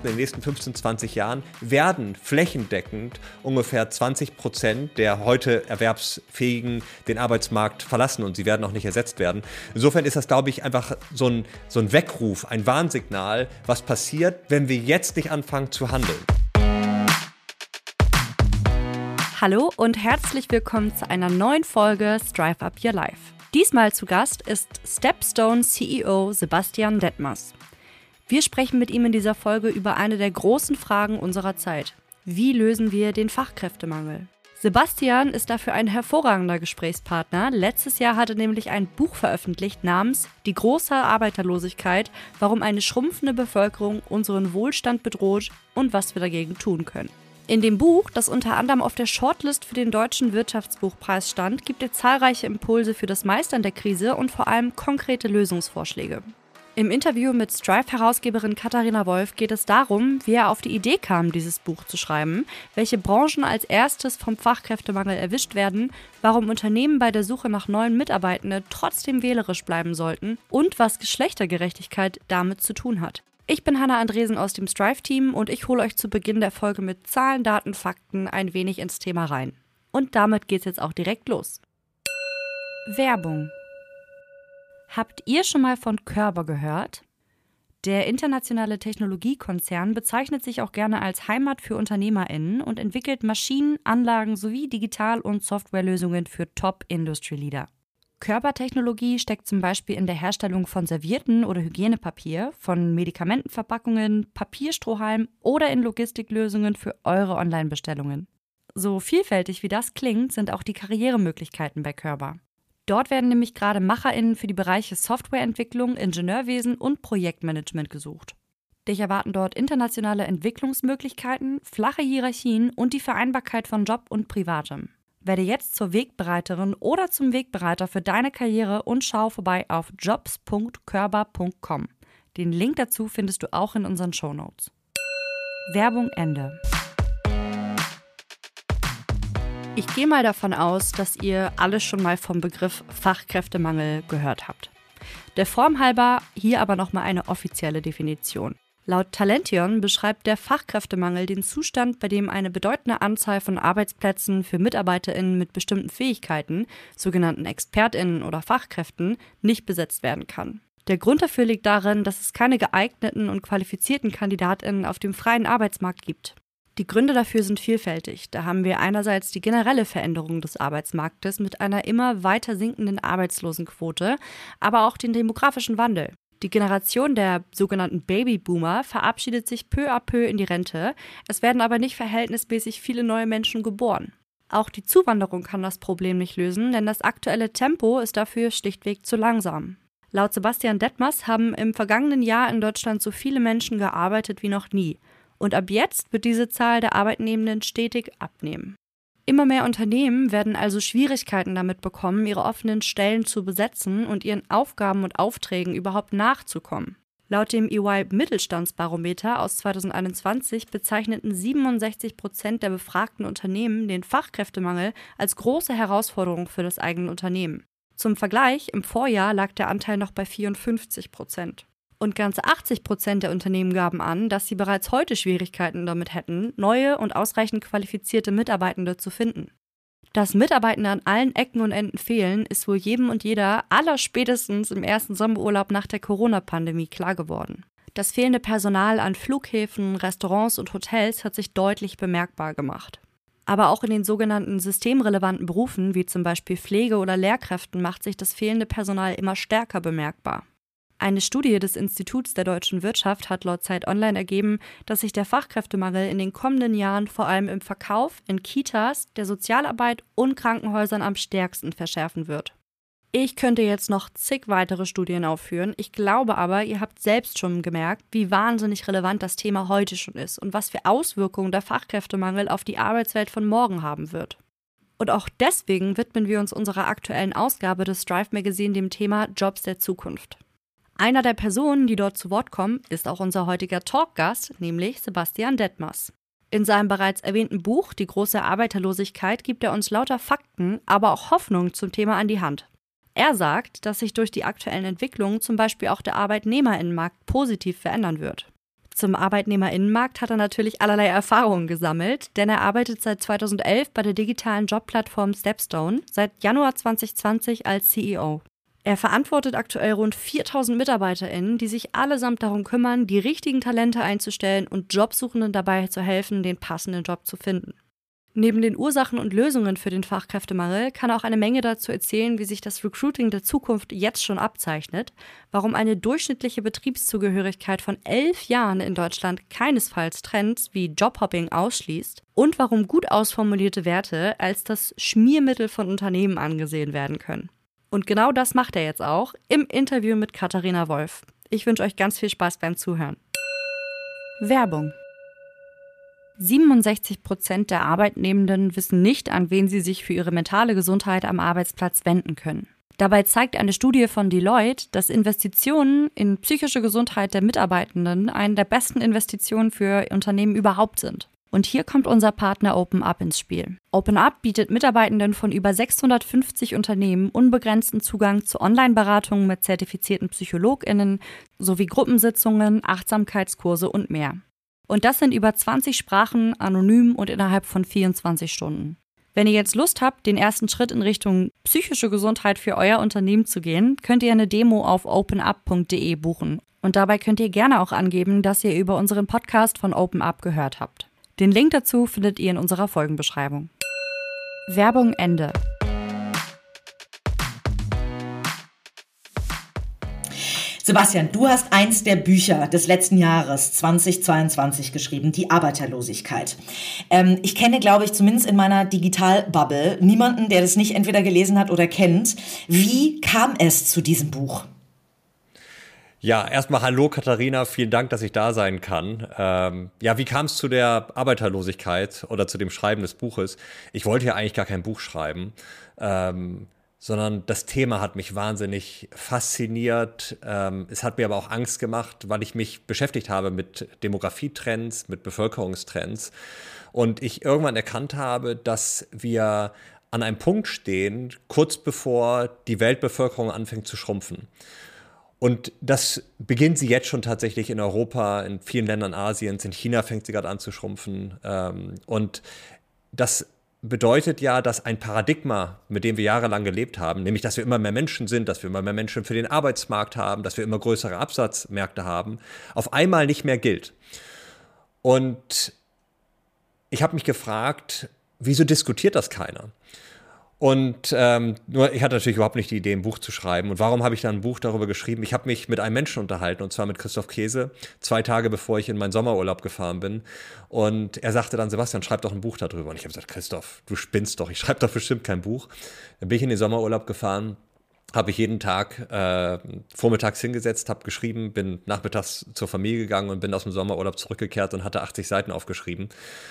in den nächsten 15, 20 Jahren werden flächendeckend ungefähr 20% der heute Erwerbsfähigen den Arbeitsmarkt verlassen und sie werden auch nicht ersetzt werden. Insofern ist das, glaube ich, einfach so ein Weckruf, ein Warnsignal, was passiert, wenn wir jetzt nicht anfangen zu handeln. Hallo und herzlich willkommen zu einer neuen Folge Strive Up Your Life. Diesmal zu Gast ist Stepstone CEO Sebastian Dettmers. Wir sprechen mit ihm in dieser Folge über eine der großen Fragen unserer Zeit. Wie lösen wir den Fachkräftemangel? Sebastian ist dafür ein hervorragender Gesprächspartner. Letztes Jahr hat er nämlich ein Buch veröffentlicht namens Die große Arbeiterlosigkeit, warum eine schrumpfende Bevölkerung unseren Wohlstand bedroht und was wir dagegen tun können. In dem Buch, das unter anderem auf der Shortlist für den Deutschen Wirtschaftsbuchpreis stand, gibt er zahlreiche Impulse für das Meistern der Krise und vor allem konkrete Lösungsvorschläge. Im Interview mit Strive-Herausgeberin Katharina Wolf geht es darum, wie er auf die Idee kam, dieses Buch zu schreiben, welche Branchen als erstes vom Fachkräftemangel erwischt werden, warum Unternehmen bei der Suche nach neuen Mitarbeitenden trotzdem wählerisch bleiben sollten und was Geschlechtergerechtigkeit damit zu tun hat. Ich bin Hannah Andresen aus dem Strive-Team und ich hole euch zu Beginn der Folge mit Zahlen, Daten, Fakten ein wenig ins Thema rein. Und damit geht's jetzt auch direkt los. Werbung. Habt ihr schon mal von Körber gehört? Der internationale Technologiekonzern bezeichnet sich auch gerne als Heimat für UnternehmerInnen und entwickelt Maschinen, Anlagen sowie Digital- und Softwarelösungen für Top-Industry-Leader. Körpertechnologie steckt zum Beispiel in der Herstellung von Servietten oder Hygienepapier, von Medikamentenverpackungen, Papierstrohhalmen oder in Logistiklösungen für eure Online-Bestellungen. So vielfältig wie das klingt, sind auch die Karrieremöglichkeiten bei Körber. Dort werden nämlich gerade MacherInnen für die Bereiche Softwareentwicklung, Ingenieurwesen und Projektmanagement gesucht. Dich erwarten dort internationale Entwicklungsmöglichkeiten, flache Hierarchien und die Vereinbarkeit von Job und Privatem. Werde jetzt zur Wegbereiterin oder zum Wegbereiter für deine Karriere und schau vorbei auf jobs.körber.com. Den Link dazu findest du auch in unseren Shownotes. Werbung Ende. Ich gehe mal davon aus, dass ihr alle schon mal vom Begriff Fachkräftemangel gehört habt. Der Form halber hier aber nochmal eine offizielle Definition. Laut Talention beschreibt der Fachkräftemangel den Zustand, bei dem eine bedeutende Anzahl von Arbeitsplätzen für MitarbeiterInnen mit bestimmten Fähigkeiten, sogenannten ExpertInnen oder Fachkräften, nicht besetzt werden kann. Der Grund dafür liegt darin, dass es keine geeigneten und qualifizierten KandidatInnen auf dem freien Arbeitsmarkt gibt. Die Gründe dafür sind vielfältig. Da haben wir einerseits die generelle Veränderung des Arbeitsmarktes mit einer immer weiter sinkenden Arbeitslosenquote, aber auch den demografischen Wandel. Die Generation der sogenannten Babyboomer verabschiedet sich peu à peu in die Rente, es werden aber nicht verhältnismäßig viele neue Menschen geboren. Auch die Zuwanderung kann das Problem nicht lösen, denn das aktuelle Tempo ist dafür schlichtweg zu langsam. Laut Sebastian Dettmers haben im vergangenen Jahr in Deutschland so viele Menschen gearbeitet wie noch nie. Und ab jetzt wird diese Zahl der Arbeitnehmenden stetig abnehmen. Immer mehr Unternehmen werden also Schwierigkeiten damit bekommen, ihre offenen Stellen zu besetzen und ihren Aufgaben und Aufträgen überhaupt nachzukommen. Laut dem EY-Mittelstandsbarometer aus 2021 bezeichneten 67% der befragten Unternehmen den Fachkräftemangel als große Herausforderung für das eigene Unternehmen. Zum Vergleich, im Vorjahr lag der Anteil noch bei 54%. Und ganze 80% der Unternehmen gaben an, dass sie bereits heute Schwierigkeiten damit hätten, neue und ausreichend qualifizierte Mitarbeitende zu finden. Dass Mitarbeitende an allen Ecken und Enden fehlen, ist wohl jedem und jeder allerspätestens im ersten Sommerurlaub nach der Corona-Pandemie klar geworden. Das fehlende Personal an Flughäfen, Restaurants und Hotels hat sich deutlich bemerkbar gemacht. Aber auch in den sogenannten systemrelevanten Berufen, wie zum Beispiel Pflege- oder Lehrkräften, macht sich das fehlende Personal immer stärker bemerkbar. Eine Studie des Instituts der deutschen Wirtschaft hat laut Zeit Online ergeben, dass sich der Fachkräftemangel in den kommenden Jahren vor allem im Verkauf, in Kitas, der Sozialarbeit und Krankenhäusern am stärksten verschärfen wird. Ich könnte jetzt noch zig weitere Studien aufführen, ich glaube aber, ihr habt selbst schon gemerkt, wie wahnsinnig relevant das Thema heute schon ist und was für Auswirkungen der Fachkräftemangel auf die Arbeitswelt von morgen haben wird. Und auch deswegen widmen wir uns unserer aktuellen Ausgabe des Strive Magazine dem Thema Jobs der Zukunft. Einer der Personen, die dort zu Wort kommen, ist auch unser heutiger Talkgast, nämlich Sebastian Dettmers. In seinem bereits erwähnten Buch Die große Arbeiterlosigkeit gibt er uns lauter Fakten, aber auch Hoffnung zum Thema an die Hand. Er sagt, dass sich durch die aktuellen Entwicklungen zum Beispiel auch der Arbeitnehmerinnenmarkt positiv verändern wird. Zum Arbeitnehmerinnenmarkt hat er natürlich allerlei Erfahrungen gesammelt, denn er arbeitet seit 2011 bei der digitalen Jobplattform Stepstone, seit Januar 2020 als CEO. Er verantwortet aktuell rund 4.000 MitarbeiterInnen, die sich allesamt darum kümmern, die richtigen Talente einzustellen und Jobsuchenden dabei zu helfen, den passenden Job zu finden. Neben den Ursachen und Lösungen für den Fachkräftemangel kann er auch eine Menge dazu erzählen, wie sich das Recruiting der Zukunft jetzt schon abzeichnet, warum eine durchschnittliche Betriebszugehörigkeit von 11 Jahren in Deutschland keinesfalls Trends wie Jobhopping ausschließt und warum gut ausformulierte Werte als das Schmiermittel von Unternehmen angesehen werden können. Und genau das macht er jetzt auch im Interview mit Katharina Wolf. Ich wünsche euch ganz viel Spaß beim Zuhören. Werbung. 67% der Arbeitnehmenden wissen nicht, an wen sie sich für ihre mentale Gesundheit am Arbeitsplatz wenden können. Dabei zeigt eine Studie von Deloitte, dass Investitionen in psychische Gesundheit der Mitarbeitenden eine der besten Investitionen für Unternehmen überhaupt sind. Und hier kommt unser Partner OpenUp ins Spiel. OpenUp bietet Mitarbeitenden von über 650 Unternehmen unbegrenzten Zugang zu Online-Beratungen mit zertifizierten PsychologInnen sowie Gruppensitzungen, Achtsamkeitskurse und mehr. Und das in über 20 Sprachen, anonym und innerhalb von 24 Stunden. Wenn ihr jetzt Lust habt, den ersten Schritt in Richtung psychische Gesundheit für euer Unternehmen zu gehen, könnt ihr eine Demo auf openup.de buchen. Und dabei könnt ihr gerne auch angeben, dass ihr über unseren Podcast von OpenUp gehört habt. Den Link dazu findet ihr in unserer Folgenbeschreibung. Werbung Ende. Sebastian, du hast eins der Bücher des letzten Jahres 2022 geschrieben, die Arbeiterlosigkeit. Ich kenne, glaube ich, zumindest in meiner Digital-Bubble niemanden, der das nicht entweder gelesen hat oder kennt. Wie kam es zu diesem Buch? Ja, erstmal hallo Katharina, vielen Dank, dass ich da sein kann. Wie kam es zu der Arbeiterlosigkeit oder zu dem Schreiben des Buches? Ich wollte ja eigentlich gar kein Buch schreiben, sondern das Thema hat mich wahnsinnig fasziniert. Es hat mir aber auch Angst gemacht, weil ich mich beschäftigt habe mit Demografietrends, mit Bevölkerungstrends und ich irgendwann erkannt habe, dass wir an einem Punkt stehen, kurz bevor die Weltbevölkerung anfängt zu schrumpfen. Und das beginnt sie jetzt schon tatsächlich in Europa, in vielen Ländern Asiens, in China fängt sie gerade an zu schrumpfen. Und das bedeutet ja, dass ein Paradigma, mit dem wir jahrelang gelebt haben, nämlich, dass wir immer mehr Menschen sind, dass wir immer mehr Menschen für den Arbeitsmarkt haben, dass wir immer größere Absatzmärkte haben, auf einmal nicht mehr gilt. Und ich habe mich gefragt, wieso diskutiert das keiner? Und nur ich hatte natürlich überhaupt nicht die Idee, ein Buch zu schreiben. Und warum habe ich dann ein Buch darüber geschrieben? Ich habe mich mit einem Menschen unterhalten, und zwar mit Christoph Käse, 2 Tage bevor ich in meinen Sommerurlaub gefahren bin. Und er sagte dann, Sebastian, schreib doch ein Buch darüber. Und ich habe gesagt, Christoph, du spinnst doch, ich schreibe doch bestimmt kein Buch. Dann bin ich in den Sommerurlaub gefahren, habe ich jeden Tag vormittags hingesetzt, habe geschrieben, bin nachmittags zur Familie gegangen und bin aus dem Sommerurlaub zurückgekehrt und hatte 80 Seiten aufgeschrieben.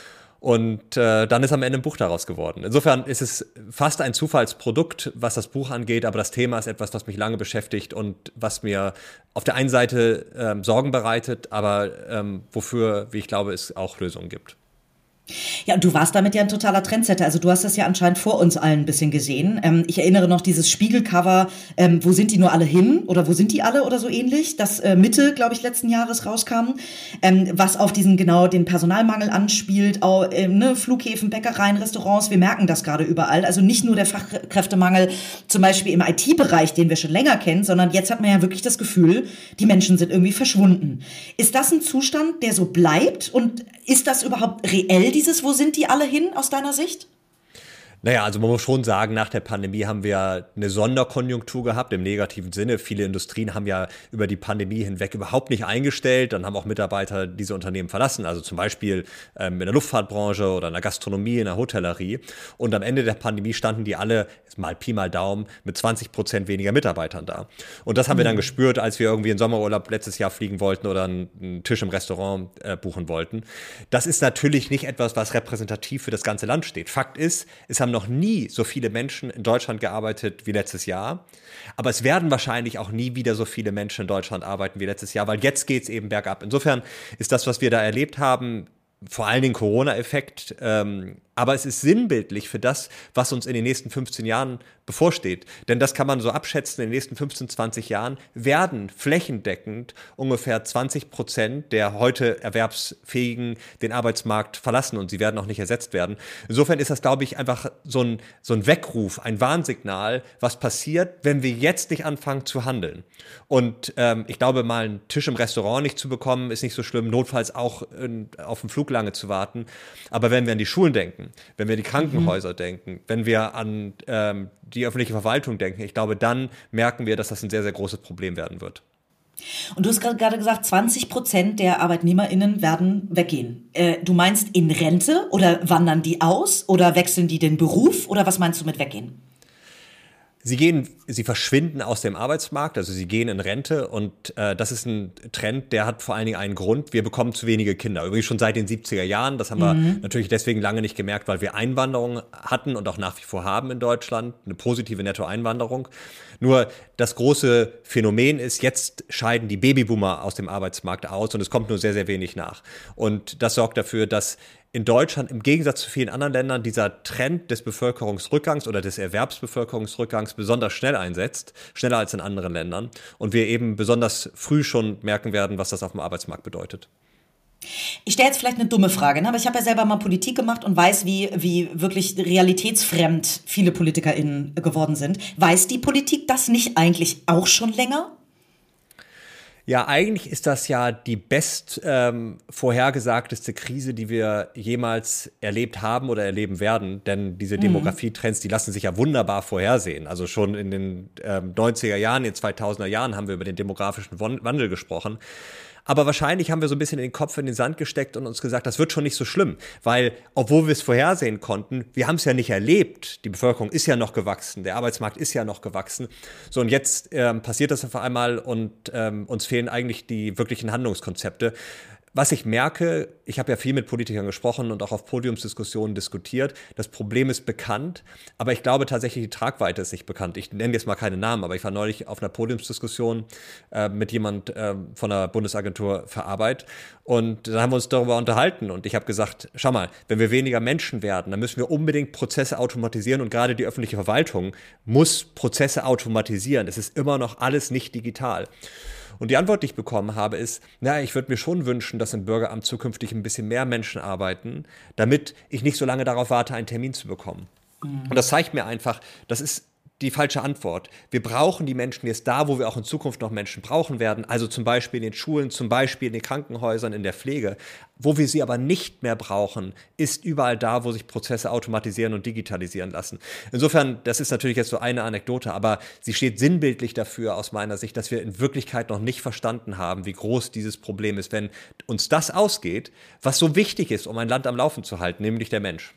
Und dann ist am Ende ein Buch daraus geworden. Insofern ist es fast ein Zufallsprodukt, was das Buch angeht, aber das Thema ist etwas, was mich lange beschäftigt und was mir auf der einen Seite Sorgen bereitet, aber wofür, wie ich glaube, es auch Lösungen gibt. Ja, und du warst damit ja ein totaler Trendsetter. Also du hast das ja anscheinend vor uns allen ein bisschen gesehen. Ich erinnere noch dieses Spiegelcover, wo sind die nur alle hin? Oder wo sind die alle? Oder so ähnlich, das Mitte, glaube ich, letzten Jahres rauskam, was auf diesen genau den Personalmangel anspielt, auch, Flughäfen, Bäckereien, Restaurants, wir merken das gerade überall. Also nicht nur der Fachkräftemangel zum Beispiel im IT-Bereich, den wir schon länger kennen, sondern jetzt hat man ja wirklich das Gefühl, die Menschen sind irgendwie verschwunden. Ist das ein Zustand, der so bleibt? Und ist das überhaupt reell, dieses, wo sind die alle hin aus deiner Sicht? Naja, also man muss schon sagen, nach der Pandemie haben wir eine Sonderkonjunktur gehabt, im negativen Sinne. Viele Industrien haben ja über die Pandemie hinweg überhaupt nicht eingestellt. Dann haben auch Mitarbeiter diese Unternehmen verlassen, also zum Beispiel in der Luftfahrtbranche oder in der Gastronomie, in der Hotellerie. Und am Ende der Pandemie standen die alle, mal Pi mal Daumen, mit 20% weniger Mitarbeitern da. Und das haben wir dann gespürt, als wir irgendwie in Sommerurlaub letztes Jahr fliegen wollten oder einen Tisch im Restaurant buchen wollten. Das ist natürlich nicht etwas, was repräsentativ für das ganze Land steht. Fakt ist, es haben noch nie so viele Menschen in Deutschland gearbeitet wie letztes Jahr. Aber es werden wahrscheinlich auch nie wieder so viele Menschen in Deutschland arbeiten wie letztes Jahr, weil jetzt geht es eben bergab. Insofern ist das, was wir da erlebt haben, vor allen Dingen Corona-Effekt, Aber es ist sinnbildlich für das, was uns in den nächsten 15 Jahren bevorsteht. Denn das kann man so abschätzen, in den nächsten 15, 20 Jahren werden flächendeckend ungefähr 20% der heute Erwerbsfähigen den Arbeitsmarkt verlassen und sie werden auch nicht ersetzt werden. Insofern ist das, glaube ich, einfach so ein Weckruf, ein Warnsignal, was passiert, wenn wir jetzt nicht anfangen zu handeln. Und ich glaube, mal einen Tisch im Restaurant nicht zu bekommen, ist nicht so schlimm, notfalls auch auf den Flug lange zu warten. Aber wenn wir an die Schulen denken, wenn wir an die Krankenhäuser denken, wenn wir an die öffentliche Verwaltung denken, ich glaube, dann merken wir, dass das ein sehr, sehr großes Problem werden wird. Und du hast gerade gesagt, 20% der ArbeitnehmerInnen werden weggehen. Du meinst in Rente oder wandern die aus oder wechseln die den Beruf oder was meinst du mit weggehen? Sie verschwinden aus dem Arbeitsmarkt, also sie gehen in Rente und das ist ein Trend, der hat vor allen Dingen einen Grund. Wir bekommen zu wenige Kinder, übrigens schon seit den 70er Jahren. Das haben wir natürlich deswegen lange nicht gemerkt, weil wir Einwanderung hatten und auch nach wie vor haben in Deutschland, eine positive Nettoeinwanderung. Nur das große Phänomen ist, jetzt scheiden die Babyboomer aus dem Arbeitsmarkt aus und es kommt nur sehr, sehr wenig nach. Und das sorgt dafür, dass in Deutschland im Gegensatz zu vielen anderen Ländern dieser Trend des Bevölkerungsrückgangs oder des Erwerbsbevölkerungsrückgangs besonders schnell einsetzt, schneller als in anderen Ländern. Und wir eben besonders früh schon merken werden, was das auf dem Arbeitsmarkt bedeutet. Ich stelle jetzt vielleicht eine dumme Frage, ne? Aber ich habe ja selber mal Politik gemacht und weiß, wie wirklich realitätsfremd viele PolitikerInnen geworden sind. Weiß die Politik das nicht eigentlich auch schon länger? Ja, eigentlich ist das ja die vorhergesagteste Krise, die wir jemals erlebt haben oder erleben werden. Denn diese Demografietrends, die lassen sich ja wunderbar vorhersehen. Also schon in den 90er Jahren, in den 2000er Jahren haben wir über den demografischen Wandel gesprochen. Aber wahrscheinlich haben wir so ein bisschen den Kopf in den Sand gesteckt und uns gesagt, das wird schon nicht so schlimm. Weil, obwohl wir es vorhersehen konnten, wir haben es ja nicht erlebt. Die Bevölkerung ist ja noch gewachsen, der Arbeitsmarkt ist ja noch gewachsen. So, und jetzt passiert das auf einmal und uns fehlen eigentlich die wirklichen Handlungskonzepte. Was ich merke, ich habe ja viel mit Politikern gesprochen und auch auf Podiumsdiskussionen diskutiert. Das Problem ist bekannt, aber ich glaube tatsächlich, die Tragweite ist nicht bekannt. Ich nenne jetzt mal keine Namen, aber ich war neulich auf einer Podiumsdiskussion mit jemand von der Bundesagentur für Arbeit und dann haben wir uns darüber unterhalten und ich habe gesagt, schau mal, wenn wir weniger Menschen werden, dann müssen wir unbedingt Prozesse automatisieren und gerade die öffentliche Verwaltung muss Prozesse automatisieren. Es ist immer noch alles nicht digital. Und die Antwort, die ich bekommen habe, ist, ich würde mir schon wünschen, dass im Bürgeramt zukünftig ein bisschen mehr Menschen arbeiten, damit ich nicht so lange darauf warte, einen Termin zu bekommen. Und das zeigt mir einfach, das ist die falsche Antwort. Wir brauchen die Menschen jetzt da, wo wir auch in Zukunft noch Menschen brauchen werden, also zum Beispiel in den Schulen, zum Beispiel in den Krankenhäusern, in der Pflege. Wo wir sie aber nicht mehr brauchen, ist überall da, wo sich Prozesse automatisieren und digitalisieren lassen. Insofern, das ist natürlich jetzt so eine Anekdote, aber sie steht sinnbildlich dafür aus meiner Sicht, dass wir in Wirklichkeit noch nicht verstanden haben, wie groß dieses Problem ist, wenn uns das ausgeht, was so wichtig ist, um ein Land am Laufen zu halten, nämlich der Mensch.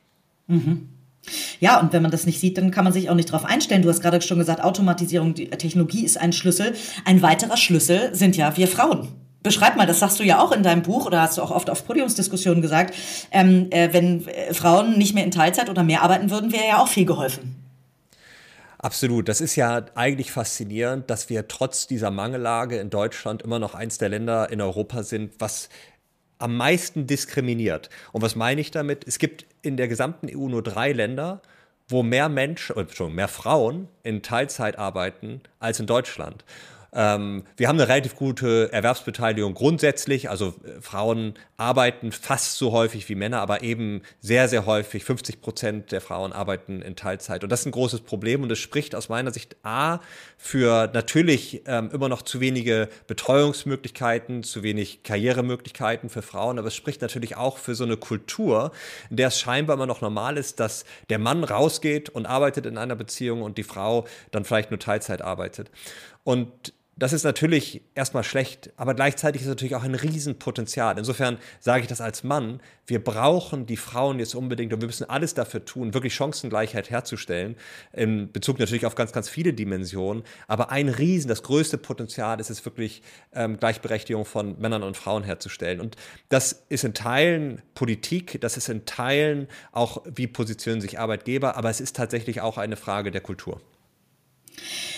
Ja, und wenn man das nicht sieht, dann kann man sich auch nicht darauf einstellen. Du hast gerade schon gesagt, Automatisierung, die Technologie ist ein Schlüssel. Ein weiterer Schlüssel sind ja wir Frauen. Beschreib mal, das sagst du ja auch in deinem Buch oder hast du auch oft auf Podiumsdiskussionen gesagt, wenn Frauen nicht mehr in Teilzeit oder mehr arbeiten würden, wäre ja auch viel geholfen. Absolut. Das ist ja eigentlich faszinierend, dass wir trotz dieser Mangellage in Deutschland immer noch eins der Länder in Europa sind, was am meisten diskriminiert. Und was meine ich damit? Es gibt in der gesamten EU nur 3 Länder, wo mehr Frauen in Teilzeit arbeiten als in Deutschland. Wir haben eine relativ gute Erwerbsbeteiligung grundsätzlich, also Frauen arbeiten fast so häufig wie Männer, aber eben sehr, sehr häufig, 50% der Frauen arbeiten in Teilzeit. Und das ist ein großes Problem und es spricht aus meiner Sicht für natürlich immer noch zu wenige Betreuungsmöglichkeiten, zu wenig Karrieremöglichkeiten für Frauen, aber es spricht natürlich auch für so eine Kultur, in der es scheinbar immer noch normal ist, dass der Mann rausgeht und arbeitet in einer Beziehung und die Frau dann vielleicht nur Teilzeit arbeitet. Und das ist natürlich erstmal schlecht, aber gleichzeitig ist es natürlich auch ein Riesenpotenzial. Insofern sage ich das als Mann, wir brauchen die Frauen jetzt unbedingt und wir müssen alles dafür tun, wirklich Chancengleichheit herzustellen, in Bezug natürlich auf ganz, ganz viele Dimensionen. Aber das größte Potenzial ist es wirklich, Gleichberechtigung von Männern und Frauen herzustellen. Und das ist in Teilen Politik, das ist in Teilen auch, wie positionieren sich Arbeitgeber, aber es ist tatsächlich auch eine Frage der Kultur.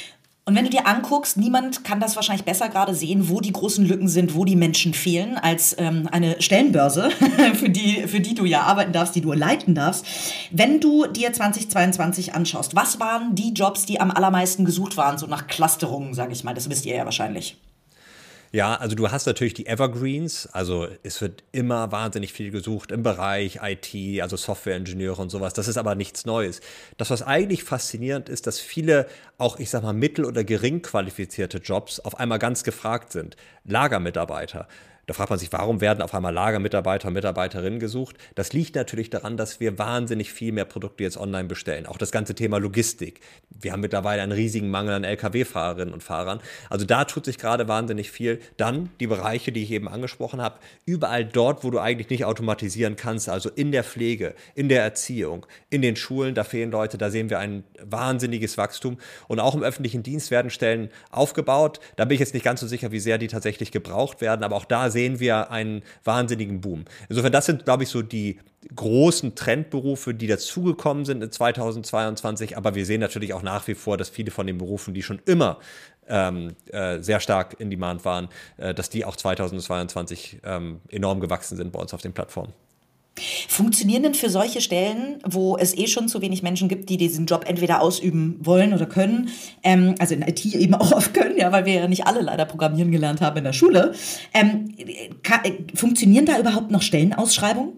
Und wenn du dir anguckst, niemand kann das wahrscheinlich besser gerade sehen, wo die großen Lücken sind, wo die Menschen fehlen, als eine Stellenbörse, für die du ja arbeiten darfst, die du leiten darfst. Wenn du dir 2022 anschaust, was waren die Jobs, die am allermeisten gesucht waren, so nach Clusterungen, sage ich mal, das wisst ihr ja wahrscheinlich. Ja, also du hast natürlich die Evergreens, also es wird immer wahnsinnig viel gesucht im Bereich IT, also Softwareingenieure und sowas. Das ist aber nichts Neues. Das, was eigentlich faszinierend ist, dass viele auch, ich sag mal, mittel- oder gering qualifizierte Jobs auf einmal ganz gefragt sind. Lagermitarbeiter. Da fragt man sich, warum werden auf einmal Lagermitarbeiter und Mitarbeiterinnen gesucht? Das liegt natürlich daran, dass wir wahnsinnig viel mehr Produkte jetzt online bestellen. Auch das ganze Thema Logistik. Wir haben mittlerweile einen riesigen Mangel an Lkw-Fahrerinnen und Fahrern. Also da tut sich gerade wahnsinnig viel. Dann die Bereiche, die ich eben angesprochen habe. Überall dort, wo du eigentlich nicht automatisieren kannst, also in der Pflege, in der Erziehung, in den Schulen, da fehlen Leute, da sehen wir ein wahnsinniges Wachstum. Und auch im öffentlichen Dienst werden Stellen aufgebaut. Da bin ich jetzt nicht ganz so sicher, wie sehr die tatsächlich gebraucht werden, aber auch da sehen wir einen wahnsinnigen Boom. Insofern, das sind, glaube ich, so die großen Trendberufe, die dazugekommen sind in 2022, aber wir sehen natürlich auch nach wie vor, dass viele von den Berufen, die schon immer sehr stark in Demand waren, dass die auch 2022 enorm gewachsen sind bei uns auf den Plattformen. Funktionieren denn für solche Stellen, wo es schon zu wenig Menschen gibt, die diesen Job entweder ausüben wollen oder können, also in IT eben auch oft können, ja, weil wir ja nicht alle leider programmieren gelernt haben in der Schule, funktionieren da überhaupt noch Stellenausschreibungen?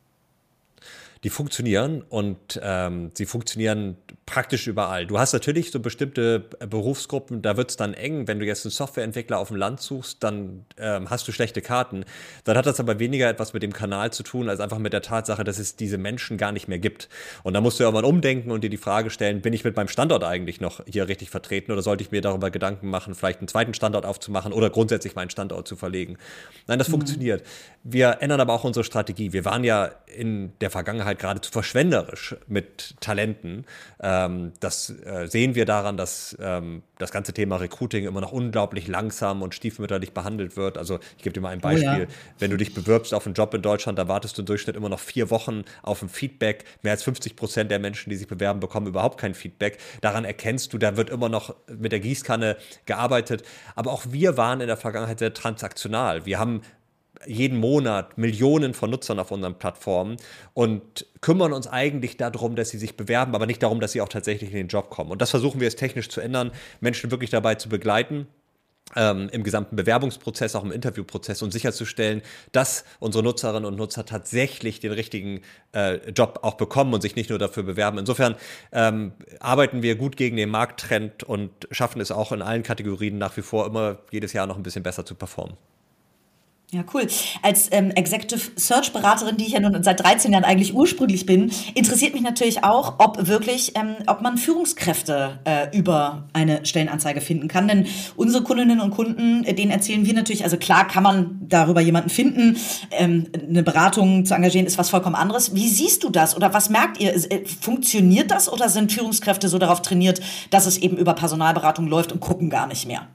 Die funktionieren und sie funktionieren praktisch überall. Du hast natürlich so bestimmte Berufsgruppen, da wird es dann eng. Wenn du jetzt einen Softwareentwickler auf dem Land suchst, dann hast du schlechte Karten. Dann hat das aber weniger etwas mit dem Kanal zu tun, als einfach mit der Tatsache, dass es diese Menschen gar nicht mehr gibt. Und da musst du irgendwann umdenken und dir die Frage stellen, bin ich mit meinem Standort eigentlich noch hier richtig vertreten oder sollte ich mir darüber Gedanken machen, vielleicht einen zweiten Standort aufzumachen oder grundsätzlich meinen Standort zu verlegen? Nein, das funktioniert. Wir ändern aber auch unsere Strategie. Wir waren ja in der Vergangenheit geradezu verschwenderisch mit Talenten. Das sehen wir daran, dass das ganze Thema Recruiting immer noch unglaublich langsam und stiefmütterlich behandelt wird. Also ich gebe dir mal ein Beispiel. Oh ja. Wenn du dich bewirbst auf einen Job in Deutschland, da wartest du im Durchschnitt immer noch 4 Wochen auf ein Feedback. Mehr als 50% der Menschen, die sich bewerben, bekommen überhaupt kein Feedback. Daran erkennst du, da wird immer noch mit der Gießkanne gearbeitet. Aber auch wir waren in der Vergangenheit sehr transaktional. Wir haben jeden Monat Millionen von Nutzern auf unseren Plattformen und kümmern uns eigentlich darum, dass sie sich bewerben, aber nicht darum, dass sie auch tatsächlich in den Job kommen. Und das versuchen wir jetzt technisch zu ändern, Menschen wirklich dabei zu begleiten, im gesamten Bewerbungsprozess, auch im Interviewprozess und sicherzustellen, dass unsere Nutzerinnen und Nutzer tatsächlich den richtigen Job auch bekommen und sich nicht nur dafür bewerben. Insofern arbeiten wir gut gegen den Markttrend und schaffen es auch in allen Kategorien nach wie vor immer jedes Jahr noch ein bisschen besser zu performen. Ja, cool. Als Executive Search Beraterin, die ich ja nun seit 13 Jahren eigentlich ursprünglich bin, interessiert mich natürlich auch, ob man Führungskräfte über eine Stellenanzeige finden kann. Denn unsere Kundinnen und Kunden, denen erzählen wir natürlich, also klar kann man darüber jemanden finden, eine Beratung zu engagieren ist was vollkommen anderes. Wie siehst du das oder was merkt ihr? Funktioniert das oder sind Führungskräfte so darauf trainiert, dass es eben über Personalberatung läuft und gucken gar nicht mehr?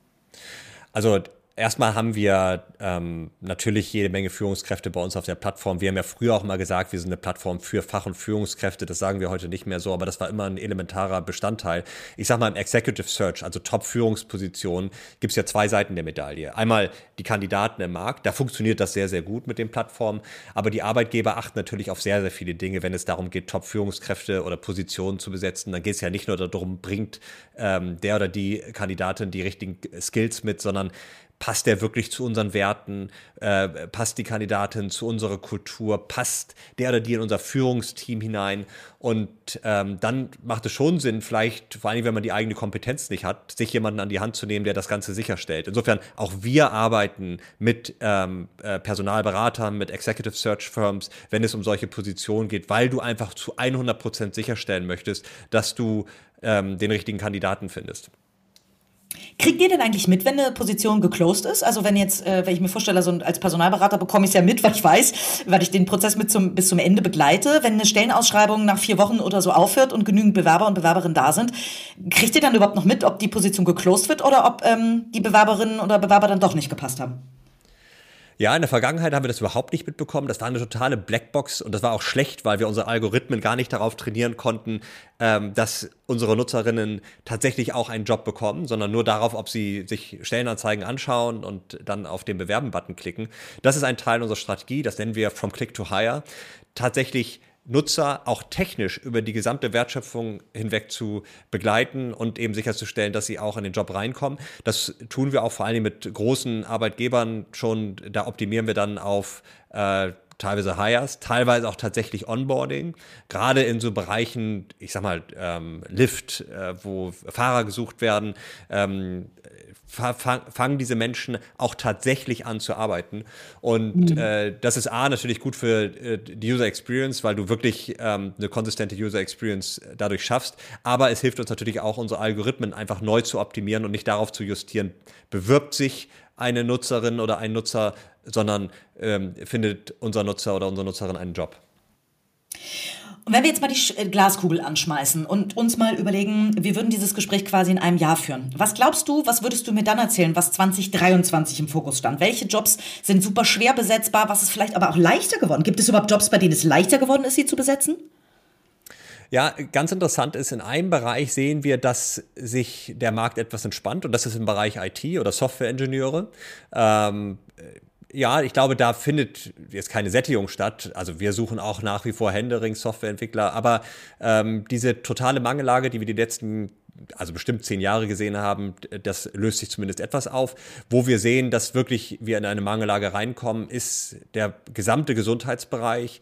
Also erstmal haben wir natürlich jede Menge Führungskräfte bei uns auf der Plattform. Wir haben ja früher auch mal gesagt, wir sind eine Plattform für Fach- und Führungskräfte. Das sagen wir heute nicht mehr so, aber das war immer ein elementarer Bestandteil. Ich sag mal, im Executive Search, also Top-Führungspositionen, gibt es ja 2 Seiten der Medaille. Einmal die Kandidaten im Markt, da funktioniert das sehr, sehr gut mit den Plattformen. Aber die Arbeitgeber achten natürlich auf sehr, sehr viele Dinge. Wenn es darum geht, Top-Führungskräfte oder Positionen zu besetzen, dann geht es ja nicht nur darum, bringt der oder die Kandidatin die richtigen Skills mit, sondern passt der wirklich zu unseren Werten? Passt die Kandidatin zu unserer Kultur? Passt der oder die in unser Führungsteam hinein? Und dann macht es schon Sinn, vielleicht, vor allem wenn man die eigene Kompetenz nicht hat, sich jemanden an die Hand zu nehmen, der das Ganze sicherstellt. Insofern, auch wir arbeiten mit Personalberatern, mit Executive Search Firms, wenn es um solche Positionen geht, weil du einfach zu 100% sicherstellen möchtest, dass du den richtigen Kandidaten findest. Kriegt ihr denn eigentlich mit, wenn eine Position geclosed ist? Also wenn ich mir vorstelle, also als Personalberater bekomme ich es ja mit, weil ich weiß, weil ich den Prozess bis zum Ende begleite. Wenn eine Stellenausschreibung nach 4 Wochen oder so aufhört und genügend Bewerber und Bewerberinnen da sind, kriegt ihr dann überhaupt noch mit, ob die Position geclosed wird oder ob die Bewerberinnen oder Bewerber dann doch nicht gepasst haben? Ja, in der Vergangenheit haben wir das überhaupt nicht mitbekommen. Das war eine totale Blackbox und das war auch schlecht, weil wir unsere Algorithmen gar nicht darauf trainieren konnten, dass unsere Nutzerinnen tatsächlich auch einen Job bekommen, sondern nur darauf, ob sie sich Stellenanzeigen anschauen und dann auf den Bewerben-Button klicken. Das ist ein Teil unserer Strategie, das nennen wir From Click to Hire. Tatsächlich Nutzer auch technisch über die gesamte Wertschöpfung hinweg zu begleiten und eben sicherzustellen, dass sie auch in den Job reinkommen. Das tun wir auch vor allem mit großen Arbeitgebern schon. Da optimieren wir dann auf teilweise Hires, teilweise auch tatsächlich Onboarding. Gerade in so Bereichen, ich sag mal, Lyft, wo Fahrer gesucht werden, fangen diese Menschen auch tatsächlich an zu arbeiten. Und das ist natürlich gut für die User Experience, weil du wirklich eine konsistente User Experience dadurch schaffst. Aber es hilft uns natürlich auch, unsere Algorithmen einfach neu zu optimieren und nicht darauf zu justieren, bewirbt sich eine Nutzerin oder ein Nutzer, sondern findet unser Nutzer oder unsere Nutzerin einen Job. Und wenn wir jetzt mal die Glaskugel anschmeißen und uns mal überlegen, wir würden dieses Gespräch quasi in einem Jahr führen. Was glaubst du, was würdest du mir dann erzählen, was 2023 im Fokus stand? Welche Jobs sind super schwer besetzbar? Was ist vielleicht aber auch leichter geworden? Gibt es überhaupt Jobs, bei denen es leichter geworden ist, sie zu besetzen? Ja, ganz interessant ist, in einem Bereich sehen wir, dass sich der Markt etwas entspannt und das ist im Bereich IT oder Software-Ingenieure. Ja, ich glaube, da findet jetzt keine Sättigung statt. Also wir suchen auch nach wie vor händeringend Softwareentwickler, aber diese totale Mangellage, die wir die letzten bestimmt 10 Jahre gesehen haben, das löst sich zumindest etwas auf. Wo wir sehen, dass wirklich wir in eine Mangellage reinkommen, ist der gesamte Gesundheitsbereich,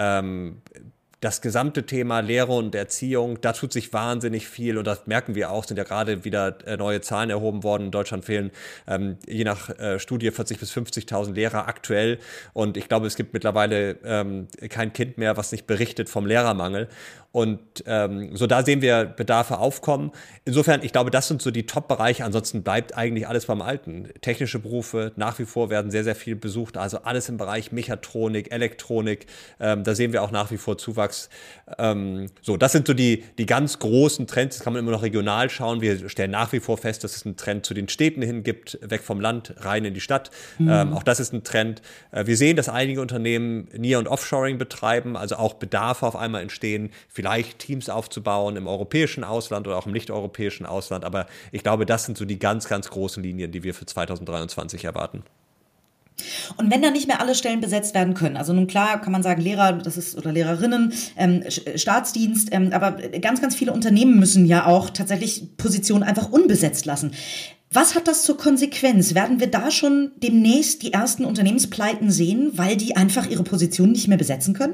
das gesamte Thema Lehre und Erziehung, da tut sich wahnsinnig viel und das merken wir auch, sind ja gerade wieder neue Zahlen erhoben worden. In Deutschland fehlen je nach Studie 40.000 bis 50.000 Lehrer aktuell und ich glaube, es gibt mittlerweile kein Kind mehr, was nicht berichtet vom Lehrermangel. Und so da sehen wir Bedarfe aufkommen. Insofern, ich glaube, das sind so die Top-Bereiche. Ansonsten bleibt eigentlich alles beim Alten. Technische Berufe nach wie vor werden sehr, sehr viel besucht. Also alles im Bereich Mechatronik, Elektronik. Da sehen wir auch nach wie vor Zuwachs. So, das sind so die ganz großen Trends. Das kann man immer noch regional schauen. Wir stellen nach wie vor fest, dass es einen Trend zu den Städten hin gibt, weg vom Land, rein in die Stadt. Auch das ist ein Trend. Wir sehen, dass einige Unternehmen Near- und Offshoring betreiben, also auch Bedarfe auf einmal entstehen, vielleicht Teams aufzubauen im europäischen Ausland oder auch im nicht-europäischen Ausland. Aber ich glaube, das sind so die ganz, ganz großen Linien, die wir für 2023 erwarten. Und wenn dann nicht mehr alle Stellen besetzt werden können, also nun klar kann man sagen Lehrer, das ist oder Lehrerinnen, Staatsdienst, aber ganz, ganz viele Unternehmen müssen ja auch tatsächlich Positionen einfach unbesetzt lassen. Was hat das zur Konsequenz? Werden wir da schon demnächst die ersten Unternehmenspleiten sehen, weil die einfach ihre Position nicht mehr besetzen können?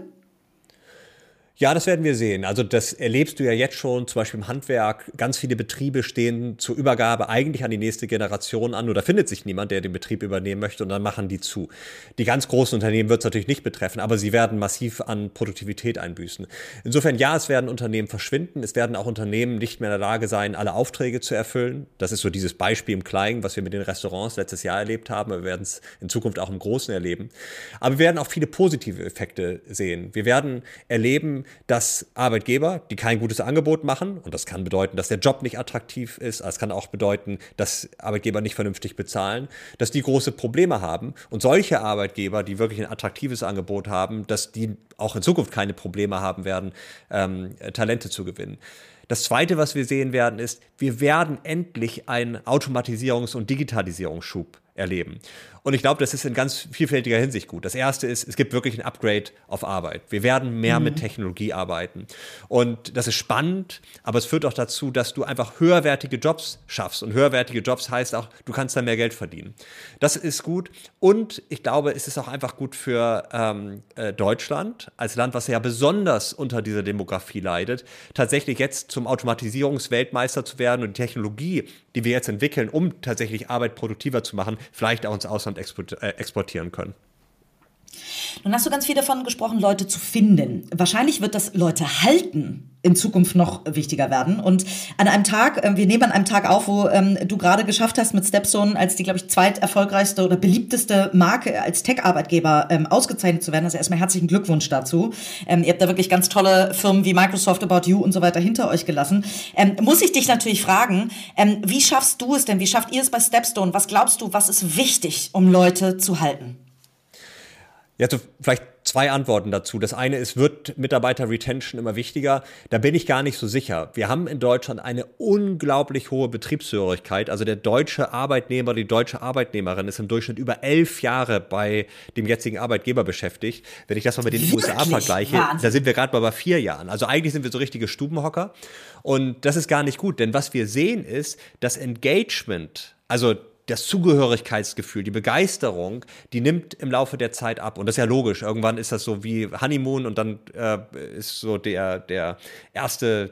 Ja, das werden wir sehen. Also das erlebst du ja jetzt schon, zum Beispiel im Handwerk. Ganz viele Betriebe stehen zur Übergabe eigentlich an die nächste Generation an. Nur da findet sich niemand, der den Betrieb übernehmen möchte und dann machen die zu. Die ganz großen Unternehmen wird es natürlich nicht betreffen, aber sie werden massiv an Produktivität einbüßen. Insofern, ja, es werden Unternehmen verschwinden. Es werden auch Unternehmen nicht mehr in der Lage sein, alle Aufträge zu erfüllen. Das ist so dieses Beispiel im Kleinen, was wir mit den Restaurants letztes Jahr erlebt haben. Wir werden es in Zukunft auch im Großen erleben. Aber wir werden auch viele positive Effekte sehen. Wir werden erleben, dass Arbeitgeber, die kein gutes Angebot machen, und das kann bedeuten, dass der Job nicht attraktiv ist, es kann auch bedeuten, dass Arbeitgeber nicht vernünftig bezahlen, dass die große Probleme haben und solche Arbeitgeber, die wirklich ein attraktives Angebot haben, dass die auch in Zukunft keine Probleme haben werden, Talente zu gewinnen. Das Zweite, was wir sehen werden, ist, wir werden endlich einen Automatisierungs- und Digitalisierungsschub erleben. Und ich glaube, das ist in ganz vielfältiger Hinsicht gut. Das Erste ist, es gibt wirklich ein Upgrade auf Arbeit. Wir werden mehr mit Technologie arbeiten. Und das ist spannend, aber es führt auch dazu, dass du einfach höherwertige Jobs schaffst. Und höherwertige Jobs heißt auch, du kannst dann mehr Geld verdienen. Das ist gut. Und ich glaube, es ist auch einfach gut für Deutschland, als Land, was ja besonders unter dieser Demografie leidet, tatsächlich jetzt zum Automatisierungsweltmeister zu werden und die Technologie, die wir jetzt entwickeln, um tatsächlich Arbeit produktiver zu machen, vielleicht auch ins Ausland exportieren können. Nun hast du ganz viel davon gesprochen, Leute zu finden. Wahrscheinlich wird das Leute halten in Zukunft noch wichtiger werden. Und an einem Tag, wir nehmen an einem Tag auf, wo du gerade geschafft hast, mit Stepstone als die, glaube ich, zweiterfolgreichste oder beliebteste Marke als Tech-Arbeitgeber ausgezeichnet zu werden. Also erstmal herzlichen Glückwunsch dazu. Ihr habt da wirklich ganz tolle Firmen wie Microsoft, About You und so weiter hinter euch gelassen. Muss ich dich natürlich fragen, wie schaffst du es denn? Wie schafft ihr es bei Stepstone? Was glaubst du, was ist wichtig, um Leute zu halten? Ja, so vielleicht 2 Antworten dazu. Das eine ist, wird Mitarbeiter-Retention immer wichtiger? Da bin ich gar nicht so sicher. Wir haben in Deutschland eine unglaublich hohe Betriebszugehörigkeit. Also der deutsche Arbeitnehmer, die deutsche Arbeitnehmerin ist im Durchschnitt über 11 Jahre bei dem jetzigen Arbeitgeber beschäftigt. Wenn ich das mal mit den USA vergleiche, Wahnsinn. Da sind wir gerade mal bei 4 Jahren. Also eigentlich sind wir so richtige Stubenhocker. Und das ist gar nicht gut, denn was wir sehen ist, das Engagement, also das Zugehörigkeitsgefühl, die Begeisterung, die nimmt im Laufe der Zeit ab. Und das ist ja logisch. Irgendwann ist das so wie Honeymoon und dann ist so der erste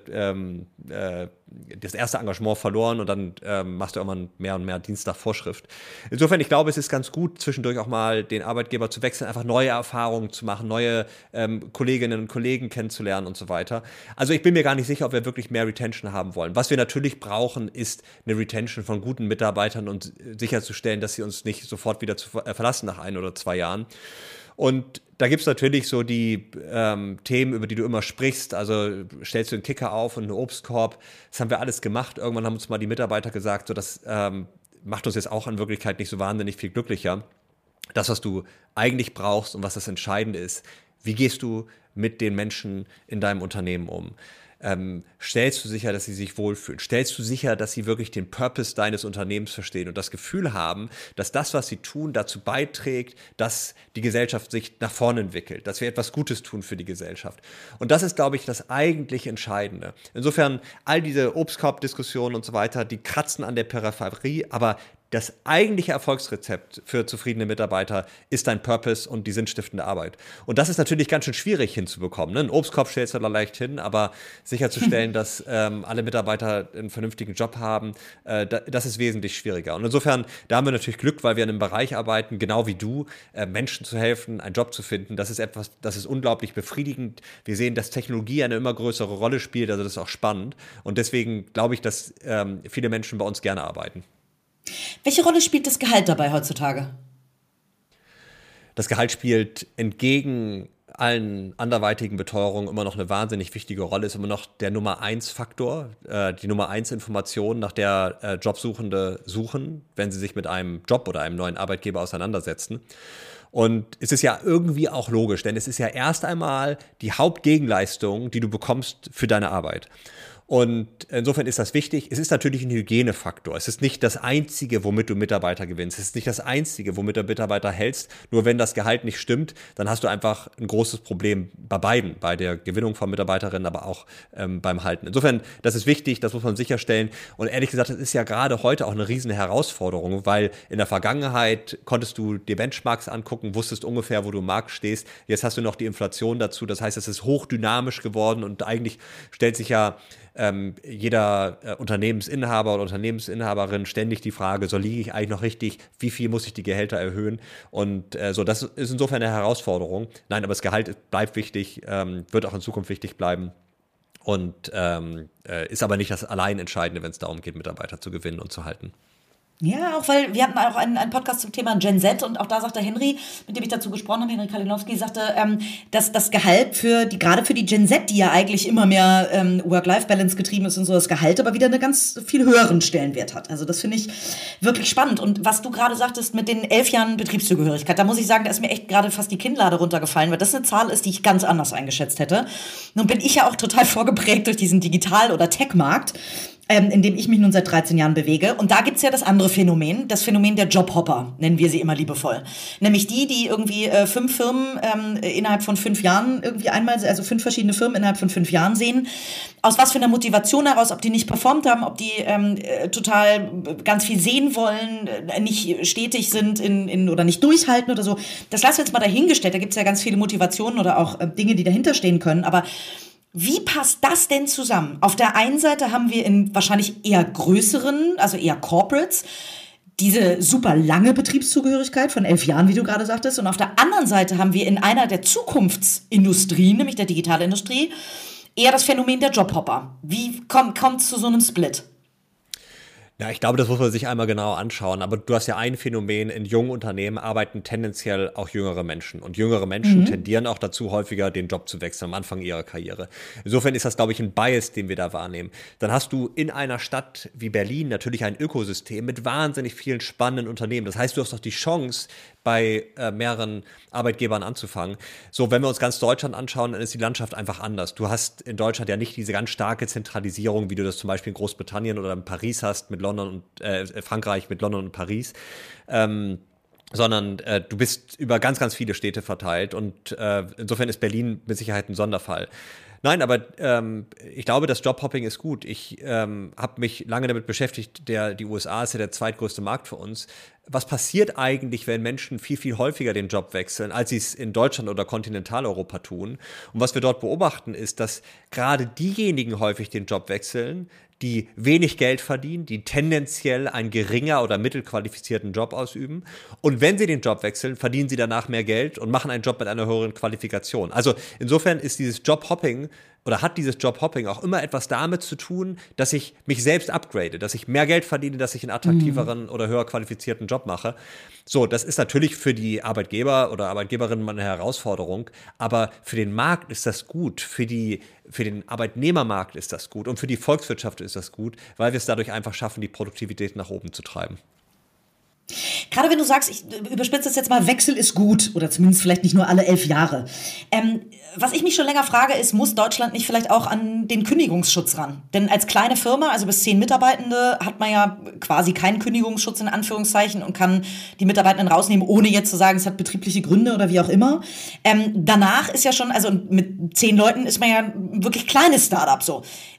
das erste Engagement verloren und dann machst du irgendwann mehr und mehr Dienst nach Vorschrift. Insofern, ich glaube, es ist ganz gut, zwischendurch auch mal den Arbeitgeber zu wechseln, einfach neue Erfahrungen zu machen, neue Kolleginnen und Kollegen kennenzulernen und so weiter. Also ich bin mir gar nicht sicher, ob wir wirklich mehr Retention haben wollen. Was wir natürlich brauchen, ist eine Retention von guten Mitarbeitern und sicherzustellen, dass sie uns nicht sofort wieder verlassen nach 1 oder 2 Jahren. Und da gibt es natürlich so die Themen, über die du immer sprichst. Also stellst du einen Kicker auf und einen Obstkorb. Das haben wir alles gemacht. Irgendwann haben uns mal die Mitarbeiter gesagt, so das macht uns jetzt auch in Wirklichkeit nicht so wahnsinnig viel glücklicher. Das, was du eigentlich brauchst und was das Entscheidende ist, wie gehst du mit den Menschen in deinem Unternehmen um? Stellst du sicher, dass sie sich wohlfühlen? Stellst du sicher, dass sie wirklich den Purpose deines Unternehmens verstehen und das Gefühl haben, dass das, was sie tun, dazu beiträgt, dass die Gesellschaft sich nach vorne entwickelt, dass wir etwas Gutes tun für die Gesellschaft? Und das ist, glaube ich, das eigentlich Entscheidende. Insofern, all diese Obstkorb-Diskussionen und so weiter, die kratzen an der Peripherie, aber das eigentliche Erfolgsrezept für zufriedene Mitarbeiter ist dein Purpose und die sinnstiftende Arbeit. Und das ist natürlich ganz schön schwierig hinzubekommen. Ne? Ein Obstkorb stellst du da leicht hin, aber sicherzustellen, dass alle Mitarbeiter einen vernünftigen Job haben, das ist wesentlich schwieriger. Und insofern, da haben wir natürlich Glück, weil wir in einem Bereich arbeiten, genau wie du, Menschen zu helfen, einen Job zu finden. Das ist etwas, das ist unglaublich befriedigend. Wir sehen, dass Technologie eine immer größere Rolle spielt, also das ist auch spannend. Und deswegen glaube ich, dass viele Menschen bei uns gerne arbeiten. Welche Rolle spielt das Gehalt dabei heutzutage? Das Gehalt spielt entgegen allen anderweitigen Beteuerungen immer noch eine wahnsinnig wichtige Rolle, ist immer noch der Nummer-1-Faktor, die Nummer-1-Information, nach der Jobsuchende suchen, wenn sie sich mit einem Job oder einem neuen Arbeitgeber auseinandersetzen. Und es ist ja irgendwie auch logisch, denn es ist ja erst einmal die Hauptgegenleistung, die du bekommst für deine Arbeit. Und insofern ist das wichtig. Es ist natürlich ein Hygienefaktor. Es ist nicht das Einzige, womit du Mitarbeiter gewinnst. Es ist nicht das Einzige, womit du Mitarbeiter hältst. Nur wenn das Gehalt nicht stimmt, dann hast du einfach ein großes Problem bei beiden, bei der Gewinnung von Mitarbeiterinnen, aber auch beim Halten. Insofern, das ist wichtig, das muss man sicherstellen. Und ehrlich gesagt, das ist ja gerade heute auch eine riesen Herausforderung, weil in der Vergangenheit konntest du dir Benchmarks angucken, wusstest ungefähr, wo du im Markt stehst. Jetzt hast du noch die Inflation dazu. Das heißt, es ist hochdynamisch geworden und eigentlich stellt sich ja jeder Unternehmensinhaber oder Unternehmensinhaberin ständig die Frage, so liege ich eigentlich noch richtig, wie viel muss ich die Gehälter erhöhen? Und das ist insofern eine Herausforderung. Nein, aber das Gehalt bleibt wichtig, wird auch in Zukunft wichtig bleiben und ist aber nicht das allein Entscheidende, wenn es darum geht, Mitarbeiter zu gewinnen und zu halten. Ja, auch weil wir hatten auch einen Podcast zum Thema Gen Z und auch da sagte Henry, mit dem ich dazu gesprochen habe, Henry Kalinowski, sagte, dass das Gehalt gerade für die Gen Z, die ja eigentlich immer mehr Work-Life-Balance getrieben ist und so, das Gehalt aber wieder einen ganz viel höheren Stellenwert hat. Also das finde ich wirklich spannend. Und was du gerade sagtest mit den 11 Jahren Betriebszugehörigkeit, da muss ich sagen, da ist mir echt gerade fast die Kinnlade runtergefallen, weil das eine Zahl ist, die ich ganz anders eingeschätzt hätte. Nun bin ich ja auch total vorgeprägt durch diesen Digital- oder Tech-Markt, in dem ich mich nun seit 13 Jahren bewege. Und da gibt's ja das andere Phänomen, das Phänomen der Jobhopper, nennen wir sie immer liebevoll. Nämlich die irgendwie 5 Firmen innerhalb von 5 Jahren irgendwie einmal, also 5 verschiedene Firmen innerhalb von 5 Jahren sehen. Aus was für einer Motivation heraus, ob die nicht performt haben, ob die total ganz viel sehen wollen, nicht stetig sind oder nicht durchhalten oder so. Das lassen wir jetzt mal dahingestellt. Da gibt's ja ganz viele Motivationen oder auch Dinge, die dahinter stehen können. Aber wie passt das denn zusammen? Auf der einen Seite haben wir in wahrscheinlich eher größeren, also eher Corporates, diese super lange Betriebszugehörigkeit von 11 Jahren, wie du gerade sagtest. Und auf der anderen Seite haben wir in einer der Zukunftsindustrien, nämlich der Digitalindustrie, eher das Phänomen der Jobhopper. Wie kommt es zu so einem Split? Ja, ich glaube, das muss man sich einmal genau anschauen. Aber du hast ja ein Phänomen, in jungen Unternehmen arbeiten tendenziell auch jüngere Menschen. Und jüngere Menschen tendieren auch dazu, häufiger den Job zu wechseln am Anfang ihrer Karriere. Insofern ist das, glaube ich, ein Bias, den wir da wahrnehmen. Dann hast du in einer Stadt wie Berlin natürlich ein Ökosystem mit wahnsinnig vielen spannenden Unternehmen. Das heißt, du hast doch die Chance, bei mehreren Arbeitgebern anzufangen. So, wenn wir uns ganz Deutschland anschauen, dann ist die Landschaft einfach anders. Du hast in Deutschland ja nicht diese ganz starke Zentralisierung, wie du das zum Beispiel in Großbritannien oder in Paris hast, mit London und Frankreich mit London und Paris. Sondern du bist über ganz, ganz viele Städte verteilt und insofern ist Berlin mit Sicherheit ein Sonderfall. Nein, aber ich glaube, das Jobhopping ist gut. Ich habe mich lange damit beschäftigt, die USA ist ja der zweitgrößte Markt für uns. Was passiert eigentlich, wenn Menschen viel, viel häufiger den Job wechseln, als sie es in Deutschland oder Kontinentaleuropa tun? Und was wir dort beobachten, ist, dass gerade diejenigen häufig den Job wechseln, die wenig Geld verdienen, die tendenziell einen geringer oder mittelqualifizierten Job ausüben. Und wenn sie den Job wechseln, verdienen sie danach mehr Geld und machen einen Job mit einer höheren Qualifikation. Also insofern ist dieses Jobhopping oder hat dieses Jobhopping auch immer etwas damit zu tun, dass ich mich selbst upgrade, dass ich mehr Geld verdiene, dass ich einen attraktiveren oder höher qualifizierten Job mache. So, das ist natürlich für die Arbeitgeber oder Arbeitgeberinnen mal eine Herausforderung, aber für den Markt ist das gut, für den Arbeitnehmermarkt ist das gut und für die Volkswirtschaft ist das gut, weil wir es dadurch einfach schaffen, die Produktivität nach oben zu treiben. Gerade wenn du sagst, ich überspitze das jetzt mal, Wechsel ist gut oder zumindest vielleicht nicht nur alle 11 Jahre. Was ich mich schon länger frage, ist, muss Deutschland nicht vielleicht auch an den Kündigungsschutz ran? Denn als kleine Firma, also bis 10 Mitarbeitende, hat man ja quasi keinen Kündigungsschutz in Anführungszeichen und kann die Mitarbeitenden rausnehmen, ohne jetzt zu sagen, es hat betriebliche Gründe oder wie auch immer. Danach ist ja schon, also mit 10 Leuten ist man ja ein wirklich kleines Startup so.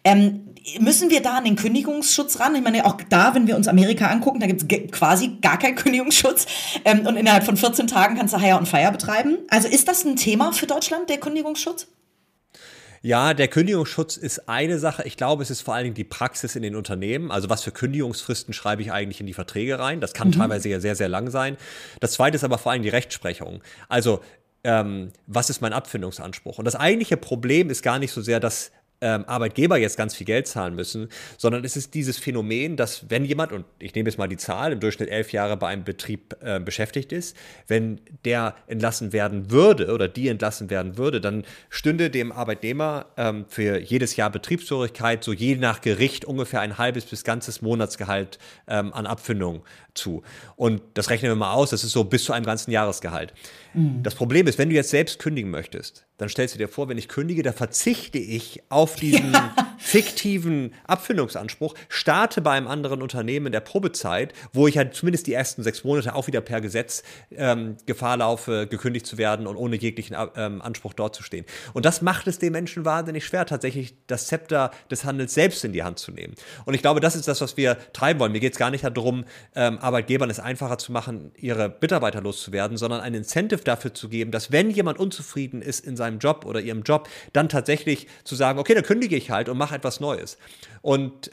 Müssen wir da an den Kündigungsschutz ran? Ich meine, auch da, wenn wir uns Amerika angucken, da gibt es quasi gar keinen Kündigungsschutz. Und innerhalb von 14 Tagen kannst du Hire on Fire betreiben. Also ist das ein Thema für Deutschland, der Kündigungsschutz? Ja, der Kündigungsschutz ist eine Sache. Ich glaube, es ist vor allen Dingen die Praxis in den Unternehmen. Also was für Kündigungsfristen schreibe ich eigentlich in die Verträge rein? Das kann teilweise ja sehr, sehr lang sein. Das Zweite ist aber vor allem die Rechtsprechung. Also was ist mein Abfindungsanspruch? Und das eigentliche Problem ist gar nicht so sehr, dass Arbeitgeber jetzt ganz viel Geld zahlen müssen, sondern es ist dieses Phänomen, dass wenn jemand, und ich nehme jetzt mal die Zahl, im Durchschnitt 11 Jahre bei einem Betrieb beschäftigt ist, wenn der entlassen werden würde oder die entlassen werden würde, dann stünde dem Arbeitnehmer für jedes Jahr Betriebszugehörigkeit so je nach Gericht ungefähr ein halbes bis ganzes Monatsgehalt an Abfindung zu. Und das rechnen wir mal aus, das ist so bis zu einem ganzen Jahresgehalt. Das Problem ist, wenn du jetzt selbst kündigen möchtest, dann stellst du dir vor, wenn ich kündige, da verzichte ich auf diesen fiktiven Abfindungsanspruch, starte bei einem anderen Unternehmen in der Probezeit, wo ich halt zumindest die ersten 6 Monate auch wieder per Gesetz Gefahr laufe, gekündigt zu werden und ohne jeglichen Anspruch dort zu stehen. Und das macht es den Menschen wahnsinnig schwer, tatsächlich das Zepter des Handels selbst in die Hand zu nehmen. Und ich glaube, das ist das, was wir treiben wollen. Mir geht es gar nicht darum, Arbeitgebern es einfacher zu machen, ihre Mitarbeiter loszuwerden, sondern ein Incentive dafür zu geben, dass wenn jemand unzufrieden ist in seinem Job oder ihrem Job, dann tatsächlich zu sagen, okay, dann kündige ich halt und mache etwas Neues. Und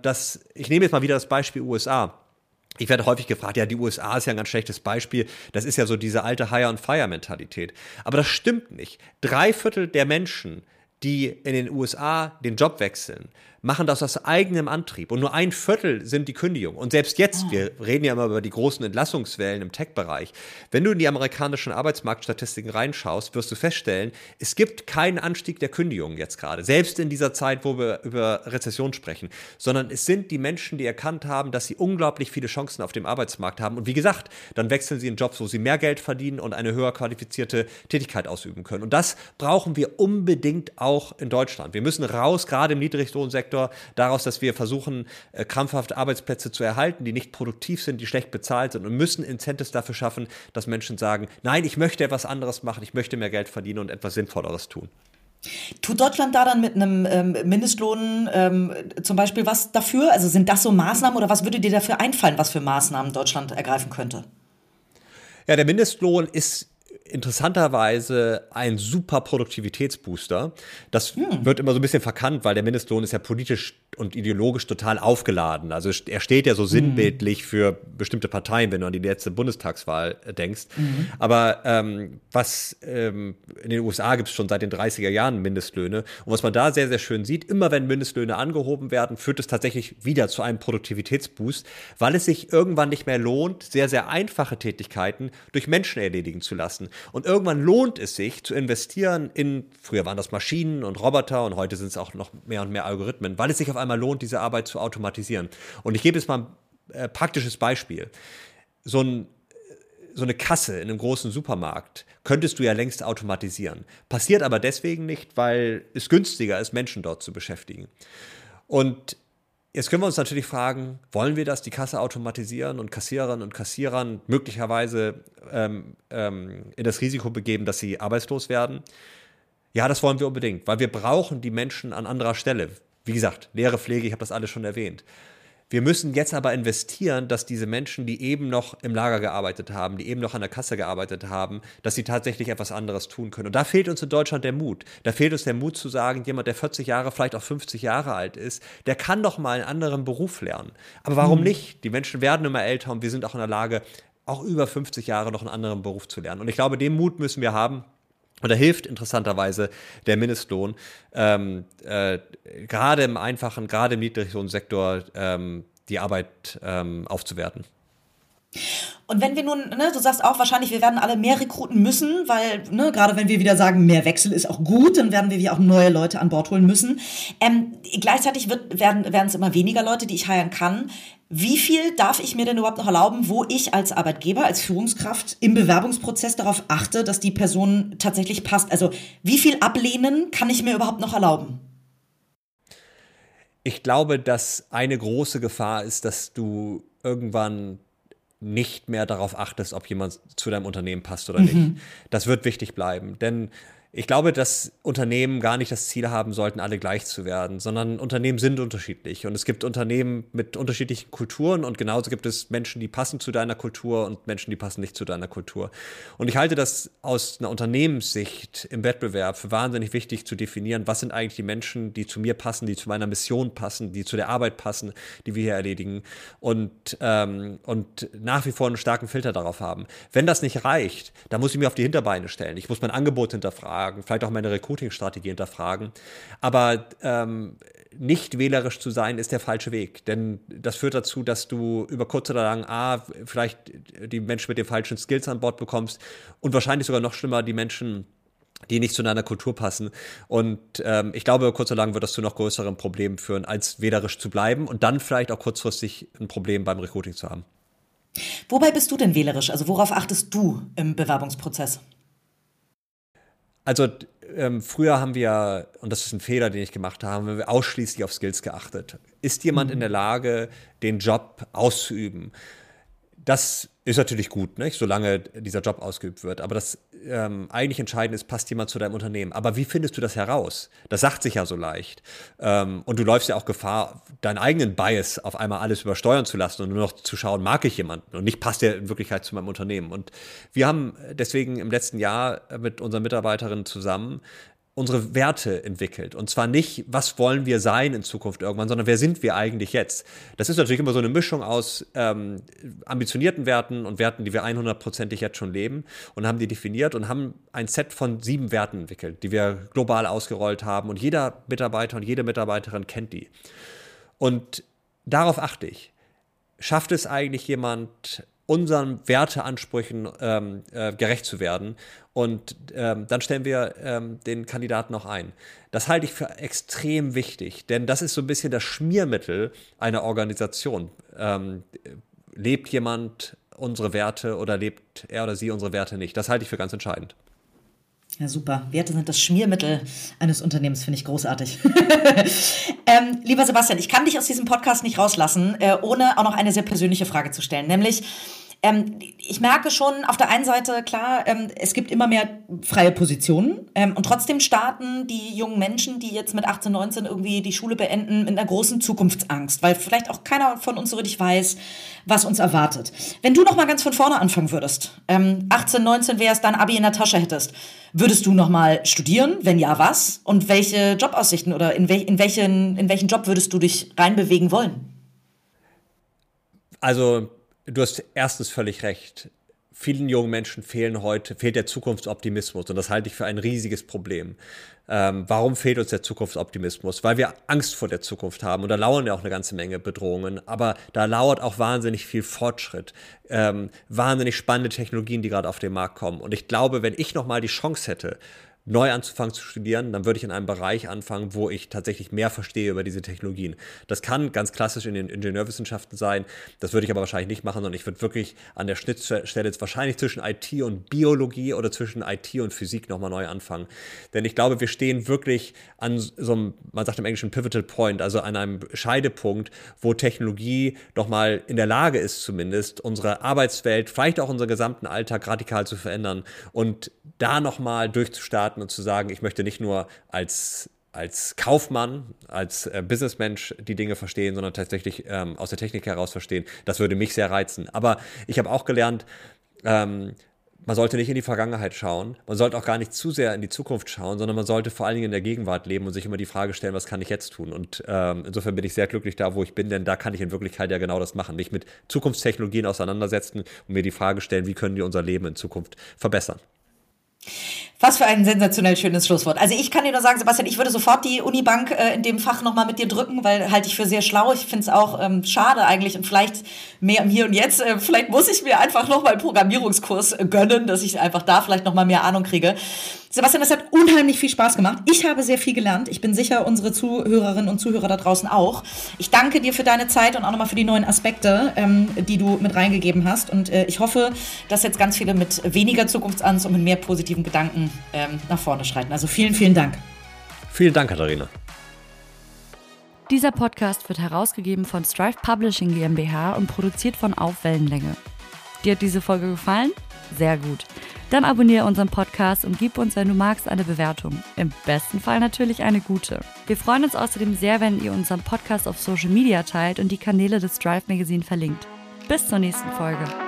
ich nehme jetzt mal wieder das Beispiel USA. Ich werde häufig gefragt, ja, die USA ist ja ein ganz schlechtes Beispiel. Das ist ja so diese alte Hire-and-Fire-Mentalität. Aber das stimmt nicht. 3/4 der Menschen, die in den USA den Job wechseln, machen das aus eigenem Antrieb. Und nur 1/4 sind die Kündigungen. Und selbst jetzt, wir reden ja immer über die großen Entlassungswellen im Tech-Bereich. Wenn du in die amerikanischen Arbeitsmarktstatistiken reinschaust, wirst du feststellen, es gibt keinen Anstieg der Kündigungen jetzt gerade. Selbst in dieser Zeit, wo wir über Rezession sprechen. Sondern es sind die Menschen, die erkannt haben, dass sie unglaublich viele Chancen auf dem Arbeitsmarkt haben. Und wie gesagt, dann wechseln sie in Jobs, wo sie mehr Geld verdienen und eine höher qualifizierte Tätigkeit ausüben können. Und das brauchen wir unbedingt auch in Deutschland. Wir müssen raus, gerade im Niedriglohnsektor, daraus, dass wir versuchen, krampfhaft Arbeitsplätze zu erhalten, die nicht produktiv sind, die schlecht bezahlt sind und müssen Incentives dafür schaffen, dass Menschen sagen, nein, ich möchte etwas anderes machen, ich möchte mehr Geld verdienen und etwas Sinnvolleres tun. Tut Deutschland da dann mit einem Mindestlohn zum Beispiel was dafür? Also sind das so Maßnahmen oder was würde dir dafür einfallen, was für Maßnahmen Deutschland ergreifen könnte? Ja, der Mindestlohn ist interessanterweise ein super Produktivitätsbooster. Das wird immer so ein bisschen verkannt, weil der Mindestlohn ist ja politisch und ideologisch total aufgeladen. Also er steht ja so sinnbildlich für bestimmte Parteien, wenn du an die letzte Bundestagswahl denkst. Aber was in den USA gibt es schon seit den 30er Jahren Mindestlöhne. Und was man da sehr, sehr schön sieht, immer wenn Mindestlöhne angehoben werden, führt es tatsächlich wieder zu einem Produktivitätsboost, weil es sich irgendwann nicht mehr lohnt, sehr, sehr einfache Tätigkeiten durch Menschen erledigen zu lassen. Und irgendwann lohnt es sich zu investieren in, früher waren das Maschinen und Roboter und heute sind es auch noch mehr und mehr Algorithmen, weil es sich auf einmal lohnt, diese Arbeit zu automatisieren. Und ich gebe jetzt mal ein praktisches Beispiel. So eine Kasse in einem großen Supermarkt könntest du ja längst automatisieren. Passiert aber deswegen nicht, weil es günstiger ist, Menschen dort zu beschäftigen. Und jetzt können wir uns natürlich fragen, wollen wir das, die Kasse automatisieren und Kassiererinnen und Kassierern möglicherweise in das Risiko begeben, dass sie arbeitslos werden? Ja, das wollen wir unbedingt, weil wir brauchen die Menschen an anderer Stelle. Wie gesagt, Lehre, Pflege, ich habe das alles schon erwähnt. Wir müssen jetzt aber investieren, dass diese Menschen, die eben noch im Lager gearbeitet haben, die eben noch an der Kasse gearbeitet haben, dass sie tatsächlich etwas anderes tun können. Und da fehlt uns in Deutschland der Mut. Da fehlt uns der Mut zu sagen, jemand, der 40 Jahre, vielleicht auch 50 Jahre alt ist, der kann doch mal einen anderen Beruf lernen. Aber warum nicht? Die Menschen werden immer älter und wir sind auch in der Lage, auch über 50 Jahre noch einen anderen Beruf zu lernen. Und ich glaube, den Mut müssen wir haben. Und da hilft interessanterweise der Mindestlohn, gerade im einfachen, gerade im Niedriglohnsektor, die Arbeit aufzuwerten. Und wenn wir nun, du sagst auch wahrscheinlich, wir werden alle mehr rekruten müssen, weil, gerade wenn wir wieder sagen, mehr Wechsel ist auch gut, dann werden wir auch neue Leute an Bord holen müssen. Gleichzeitig werden es immer weniger Leute, die ich hiren kann. Wie viel darf ich mir denn überhaupt noch erlauben, wo ich als Arbeitgeber, als Führungskraft im Bewerbungsprozess darauf achte, dass die Person tatsächlich passt? Also wie viel ablehnen kann ich mir überhaupt noch erlauben? Ich glaube, dass eine große Gefahr ist, dass du irgendwann nicht mehr darauf achtest, ob jemand zu deinem Unternehmen passt oder nicht. Das wird wichtig bleiben, denn ich glaube, dass Unternehmen gar nicht das Ziel haben sollten, alle gleich zu werden, sondern Unternehmen sind unterschiedlich und es gibt Unternehmen mit unterschiedlichen Kulturen und genauso gibt es Menschen, die passen zu deiner Kultur und Menschen, die passen nicht zu deiner Kultur. Und ich halte das aus einer Unternehmenssicht im Wettbewerb für wahnsinnig wichtig zu definieren, was sind eigentlich die Menschen, die zu mir passen, die zu meiner Mission passen, die zu der Arbeit passen, die wir hier erledigen und nach wie vor einen starken Filter darauf haben. Wenn das nicht reicht, dann muss ich mir auf die Hinterbeine stellen. Ich muss mein Angebot hinterfragen, vielleicht auch meine Recruiting-Strategie hinterfragen. Aber nicht wählerisch zu sein, ist der falsche Weg. Denn das führt dazu, dass du über kurz oder lang vielleicht die Menschen mit den falschen Skills an Bord bekommst und wahrscheinlich sogar noch schlimmer die Menschen, die nicht zu deiner Kultur passen. Und ich glaube, kurz oder lang wird das zu noch größeren Problemen führen, als wählerisch zu bleiben und dann vielleicht auch kurzfristig ein Problem beim Recruiting zu haben. Wobei bist du denn wählerisch? Also worauf achtest du im Bewerbungsprozess? Also früher haben wir, und das ist ein Fehler, den ich gemacht habe, haben wir ausschließlich auf Skills geachtet. Ist jemand in der Lage, den Job auszuüben? Das ist natürlich gut, nicht? Solange dieser Job ausgeübt wird. Aber das eigentlich Entscheidende ist, passt jemand zu deinem Unternehmen. Aber wie findest du das heraus? Das sagt sich ja so leicht. Und du läufst ja auch Gefahr, deinen eigenen Bias auf einmal alles übersteuern zu lassen und nur noch zu schauen, mag ich jemanden? Und nicht passt der in Wirklichkeit zu meinem Unternehmen. Und wir haben deswegen im letzten Jahr mit unseren Mitarbeiterinnen zusammen unsere Werte entwickelt. Und zwar nicht, was wollen wir sein in Zukunft irgendwann, sondern wer sind wir eigentlich jetzt? Das ist natürlich immer so eine Mischung aus ambitionierten Werten und Werten, die wir 100%ig jetzt schon leben und haben die definiert und haben ein Set von 7 Werten entwickelt, die wir global ausgerollt haben und jeder Mitarbeiter und jede Mitarbeiterin kennt die. Und darauf achte ich. Schafft es eigentlich jemand, unseren Werteansprüchen gerecht zu werden? Und dann stellen wir den Kandidaten auch ein. Das halte ich für extrem wichtig, denn das ist so ein bisschen das Schmiermittel einer Organisation. Lebt jemand unsere Werte oder lebt er oder sie unsere Werte nicht? Das halte ich für ganz entscheidend. Ja, super. Werte sind das Schmiermittel eines Unternehmens, finde ich großartig. Lieber Sebastian, ich kann dich aus diesem Podcast nicht rauslassen, ohne auch noch eine sehr persönliche Frage zu stellen. Nämlich, Ich merke schon auf der einen Seite, klar, es gibt immer mehr freie Positionen und trotzdem starten die jungen Menschen, die jetzt mit 18, 19 irgendwie die Schule beenden, mit einer großen Zukunftsangst, weil vielleicht auch keiner von uns so richtig weiß, was uns erwartet. Wenn du noch mal ganz von vorne anfangen würdest, 18, 19 wärst, dein Abi in der Tasche hättest, würdest du noch mal studieren? Wenn ja, was? Und welche Jobaussichten oder in welchen Job würdest du dich reinbewegen wollen? Also, du hast erstens völlig recht. Vielen jungen Menschen fehlt der Zukunftsoptimismus und das halte ich für ein riesiges Problem. Warum fehlt uns der Zukunftsoptimismus? Weil wir Angst vor der Zukunft haben und da lauern ja auch eine ganze Menge Bedrohungen, aber da lauert auch wahnsinnig viel Fortschritt, wahnsinnig spannende Technologien, die gerade auf den Markt kommen. Und ich glaube, wenn ich nochmal die Chance hätte, neu anzufangen zu studieren, dann würde ich in einem Bereich anfangen, wo ich tatsächlich mehr verstehe über diese Technologien. Das kann ganz klassisch in den Ingenieurwissenschaften sein, das würde ich aber wahrscheinlich nicht machen, sondern ich würde wirklich an der Schnittstelle jetzt wahrscheinlich zwischen IT und Biologie oder zwischen IT und Physik nochmal neu anfangen. Denn ich glaube, wir stehen wirklich an so einem, man sagt im Englischen Pivotal Point, also an einem Scheidepunkt, wo Technologie nochmal in der Lage ist zumindest, unsere Arbeitswelt, vielleicht auch unseren gesamten Alltag radikal zu verändern und da nochmal durchzustarten und zu sagen, ich möchte nicht nur als Kaufmann, als Businessmensch die Dinge verstehen, sondern tatsächlich aus der Technik heraus verstehen. Das würde mich sehr reizen. Aber ich habe auch gelernt, man sollte nicht in die Vergangenheit schauen, man sollte auch gar nicht zu sehr in die Zukunft schauen, sondern man sollte vor allen Dingen in der Gegenwart leben und sich immer die Frage stellen, was kann ich jetzt tun? Und insofern bin ich sehr glücklich da, wo ich bin, denn da kann ich in Wirklichkeit ja genau das machen. Mich mit Zukunftstechnologien auseinandersetzen und mir die Frage stellen, wie können die unser Leben in Zukunft verbessern? Was für ein sensationell schönes Schlusswort. Also ich kann dir nur sagen, Sebastian, ich würde sofort die Unibank in dem Fach nochmal mit dir drücken, weil halte ich für sehr schlau. Ich finde es auch schade eigentlich und vielleicht mehr im Hier und Jetzt. Vielleicht muss ich mir einfach nochmal einen Programmierungskurs gönnen, dass ich einfach da vielleicht nochmal mehr Ahnung kriege. Sebastian, das hat unheimlich viel Spaß gemacht. Ich habe sehr viel gelernt. Ich bin sicher, unsere Zuhörerinnen und Zuhörer da draußen auch. Ich danke dir für deine Zeit und auch nochmal für die neuen Aspekte, die du mit reingegeben hast. Und ich hoffe, dass jetzt ganz viele mit weniger Zukunftsangst und mit mehr positiven Gedanken nach vorne schreiten. Also vielen, vielen Dank. Vielen Dank, Katharina. Dieser Podcast wird herausgegeben von Strive Publishing GmbH und produziert von Auf Wellenlänge. Dir hat diese Folge gefallen? Sehr gut. Dann abonniere unseren Podcast und gib uns, wenn du magst, eine Bewertung. Im besten Fall natürlich eine gute. Wir freuen uns außerdem sehr, wenn ihr unseren Podcast auf Social Media teilt und die Kanäle des Strive Magazine verlinkt. Bis zur nächsten Folge.